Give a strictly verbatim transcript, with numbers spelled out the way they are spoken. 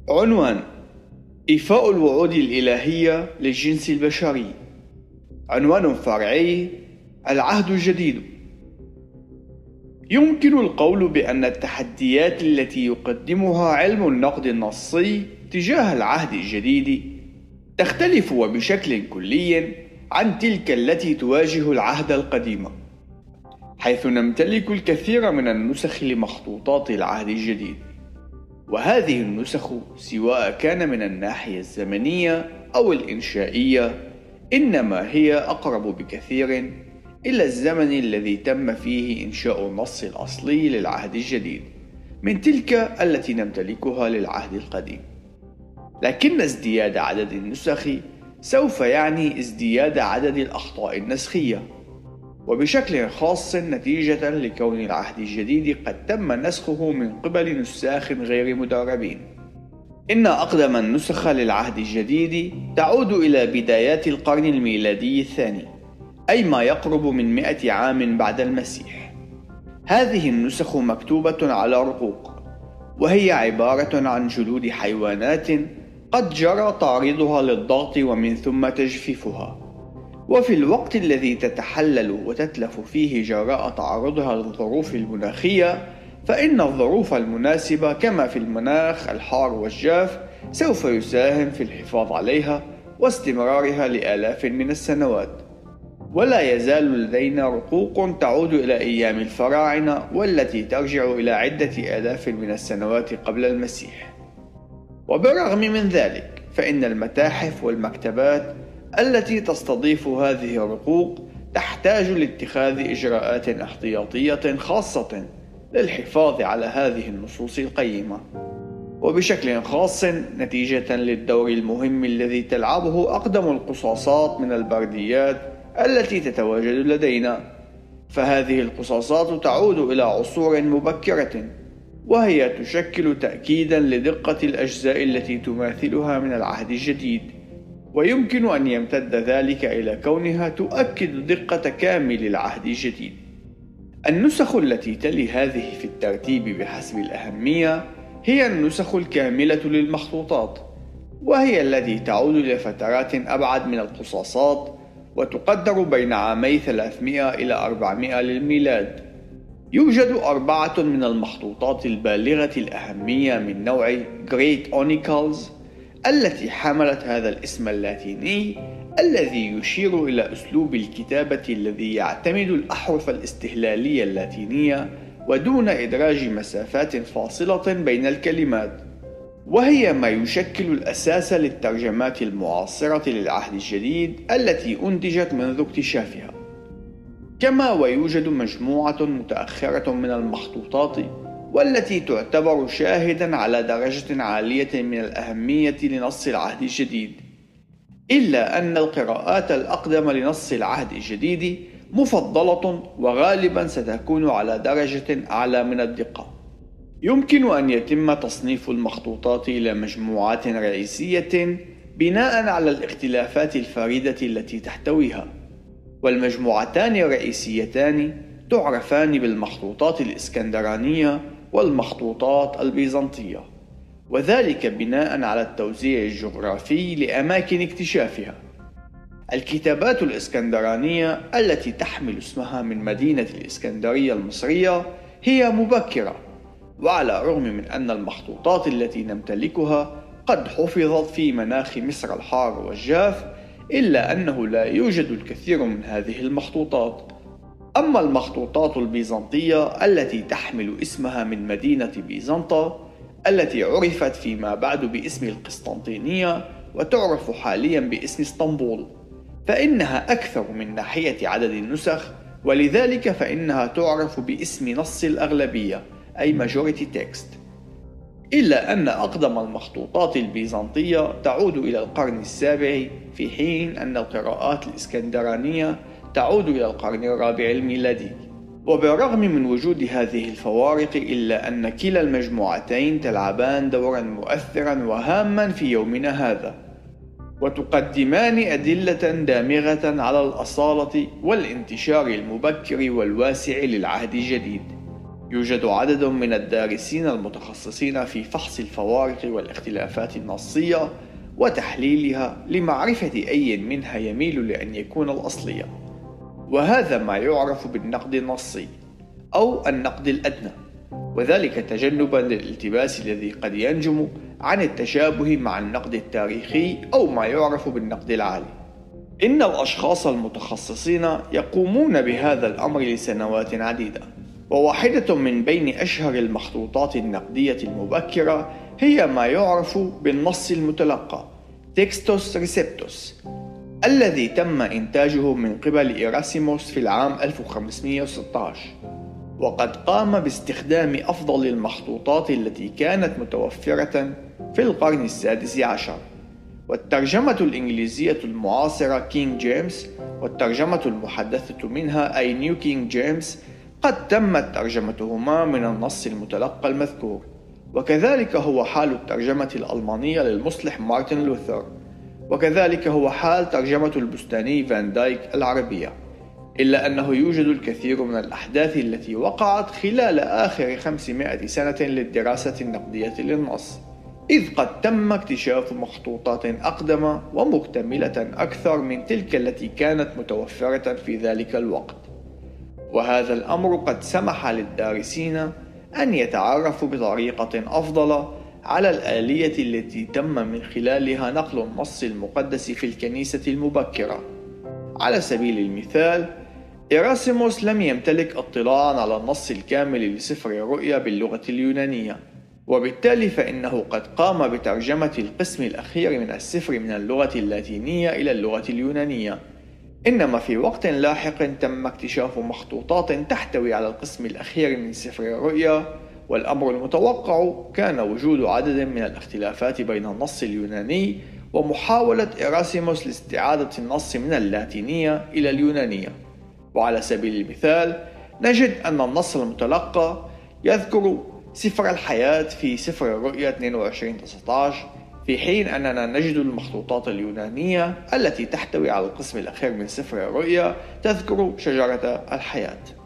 عنوان: إيفاء الوعود الإلهية للجنس البشري. عنوان فرعي: العهد الجديد. يمكن القول بأن التحديات التي يقدمها علم النقد النصي تجاه العهد الجديد تختلف وبشكل كلي عن تلك التي تواجه العهد القديم، حيث نمتلك الكثير من النسخ لمخطوطات العهد الجديد، وهذه النسخ سواء كان من الناحية الزمنية أو الإنشائية إنما هي أقرب بكثير إلى الزمن الذي تم فيه إنشاء النص الأصلي للعهد الجديد من تلك التي نمتلكها للعهد القديم. لكن ازدياد عدد النسخ سوف يعني ازدياد عدد الأخطاء النسخية، وبشكل خاص نتيجة لكون العهد الجديد قد تم نسخه من قبل نساخ غير مدربين. إن أقدم النسخ للعهد الجديد تعود إلى بدايات القرن الميلادي الثاني، أي ما يقرب من مئة عام بعد المسيح. هذه النسخ مكتوبة على رقوق، وهي عبارة عن جلود حيوانات قد جرى تعريضها للضغط ومن ثم تجفيفها، وفي الوقت الذي تتحلل وتتلف فيه جراء تعرضها للظروف المناخية، فإن الظروف المناسبة كما في المناخ الحار والجاف سوف يساهم في الحفاظ عليها واستمرارها لآلاف من السنوات. ولا يزال لدينا رقوق تعود إلى أيام الفراعنة والتي ترجع إلى عدة آلاف من السنوات قبل المسيح. وبالرغم من ذلك فإن المتاحف والمكتبات التي تستضيف هذه الرقوق تحتاج لاتخاذ إجراءات احتياطية خاصة للحفاظ على هذه النصوص القيمة، وبشكل خاص نتيجة للدور المهم الذي تلعبه أقدم القصاصات من البرديات التي تتواجد لدينا. فهذه القصاصات تعود إلى عصور مبكرة، وهي تشكل تأكيدا لدقة الأجزاء التي تماثلها من العهد الجديد، ويمكن أن يمتد ذلك إلى كونها تؤكد دقة كامل العهد الجديد. النسخ التي تلي هذه في الترتيب بحسب الأهمية هي النسخ الكاملة للمخطوطات، وهي التي تعود إلى فترات أبعد من القصاصات، وتقدر بين عامي ثلاثمئة إلى أربعمئة للميلاد. يوجد أربعة من المخطوطات البالغة الأهمية من نوع Great Onicals التي حملت هذا الاسم اللاتيني الذي يشير إلى أسلوب الكتابة الذي يعتمد الأحرف الاستهلالية اللاتينية ودون إدراج مسافات فاصلة بين الكلمات، وهي ما يشكل الأساس للترجمات المعاصرة للعهد الجديد التي أنتجت منذ اكتشافها. كما ويوجد مجموعة متأخرة من المخطوطات والتي تعتبر شاهدا على درجة عالية من الأهمية لنص العهد الجديد، إلا أن القراءات الأقدم لنص العهد الجديد مفضلة وغالبا ستكون على درجة أعلى من الدقة. يمكن أن يتم تصنيف المخطوطات إلى مجموعات رئيسية بناء على الاختلافات الفريدة التي تحتويها، والمجموعتان الرئيسيتان تعرفان بالمخطوطات الإسكندرانية والمخطوطات البيزنطية، وذلك بناء على التوزيع الجغرافي لأماكن اكتشافها. الكتابات الإسكندرانية التي تحمل اسمها من مدينة الإسكندرية المصرية هي مبكرة، وعلى الرغم من أن المخطوطات التي نمتلكها قد حفظت في مناخ مصر الحار والجاف، إلا أنه لا يوجد الكثير من هذه المخطوطات. أما المخطوطات البيزنطية التي تحمل اسمها من مدينة بيزنطة التي عرفت فيما بعد باسم القسطنطينية وتعرف حاليا باسم اسطنبول، فإنها أكثر من ناحية عدد النسخ، ولذلك فإنها تعرف باسم نص الأغلبية أي majority text. إلا أن أقدم المخطوطات البيزنطية تعود إلى القرن السابع، في حين أن القراءات الإسكندرانية تعود إلى القرن الرابع الميلادي. وبالرغم من وجود هذه الفوارق إلا أن كلا المجموعتين تلعبان دورا مؤثرا وهاما في يومنا هذا، وتقدمان أدلة دامغة على الأصالة والانتشار المبكر والواسع للعهد الجديد. يوجد عدد من الدارسين المتخصصين في فحص الفوارق والاختلافات النصية وتحليلها لمعرفة أي منها يميل لأن يكون الأصلية، وهذا ما يعرف بالنقد النصي أو النقد الأدنى، وذلك تجنبا للالتباس الذي قد ينجم عن التشابه مع النقد التاريخي أو ما يعرف بالنقد العالي. إن الأشخاص المتخصصين يقومون بهذا الأمر لسنوات عديدة، وواحدة من بين أشهر المخطوطات النقدية المبكرة هي ما يعرف بالنص المتلقى Textus Receptus، الذي تم إنتاجه من قبل إيراسيموس في العام ألف وخمسمائة وستة عشر، وقد قام باستخدام أفضل المخطوطات التي كانت متوفرة في القرن السادس عشر، والترجمة الإنجليزية المعاصرة كينج جيمس والترجمة المحدثة منها أي نيو كينج جيمس قد تمت ترجمتهما من النص المتلقى المذكور، وكذلك هو حال الترجمة الألمانية للمصلح مارتن لوثر، وكذلك هو حال ترجمة البستاني فان دايك العربية، إلا أنه يوجد الكثير من الأحداث التي وقعت خلال آخر خمسمائة سنة للدراسة النقدية للنص، إذ قد تم اكتشاف مخطوطات أقدم ومكتملة أكثر من تلك التي كانت متوفرة في ذلك الوقت، وهذا الأمر قد سمح للدارسين أن يتعرفوا بطريقة أفضل على الآلية التي تم من خلالها نقل النص المقدس في الكنيسة المبكرة. على سبيل المثال، إيراسيموس لم يمتلك اطلاعا على النص الكامل لسفر الرؤيا باللغة اليونانية، وبالتالي فإنه قد قام بترجمة القسم الأخير من السفر من اللغة اللاتينية إلى اللغة اليونانية، إنما في وقت لاحق تم اكتشاف مخطوطات تحتوي على القسم الأخير من سفر الرؤيا، والأمر المتوقع كان وجود عدد من الاختلافات بين النص اليوناني ومحاولة إيراسيموس لاستعادة النص من اللاتينية إلى اليونانية. وعلى سبيل المثال نجد أن النص المتلقى يذكر سفر الحياة في سفر الرؤيا اثنين وعشرين تسعة عشر، في حين أننا نجد المخطوطات اليونانية التي تحتوي على القسم الأخير من سفر الرؤيا تذكر شجرة الحياة.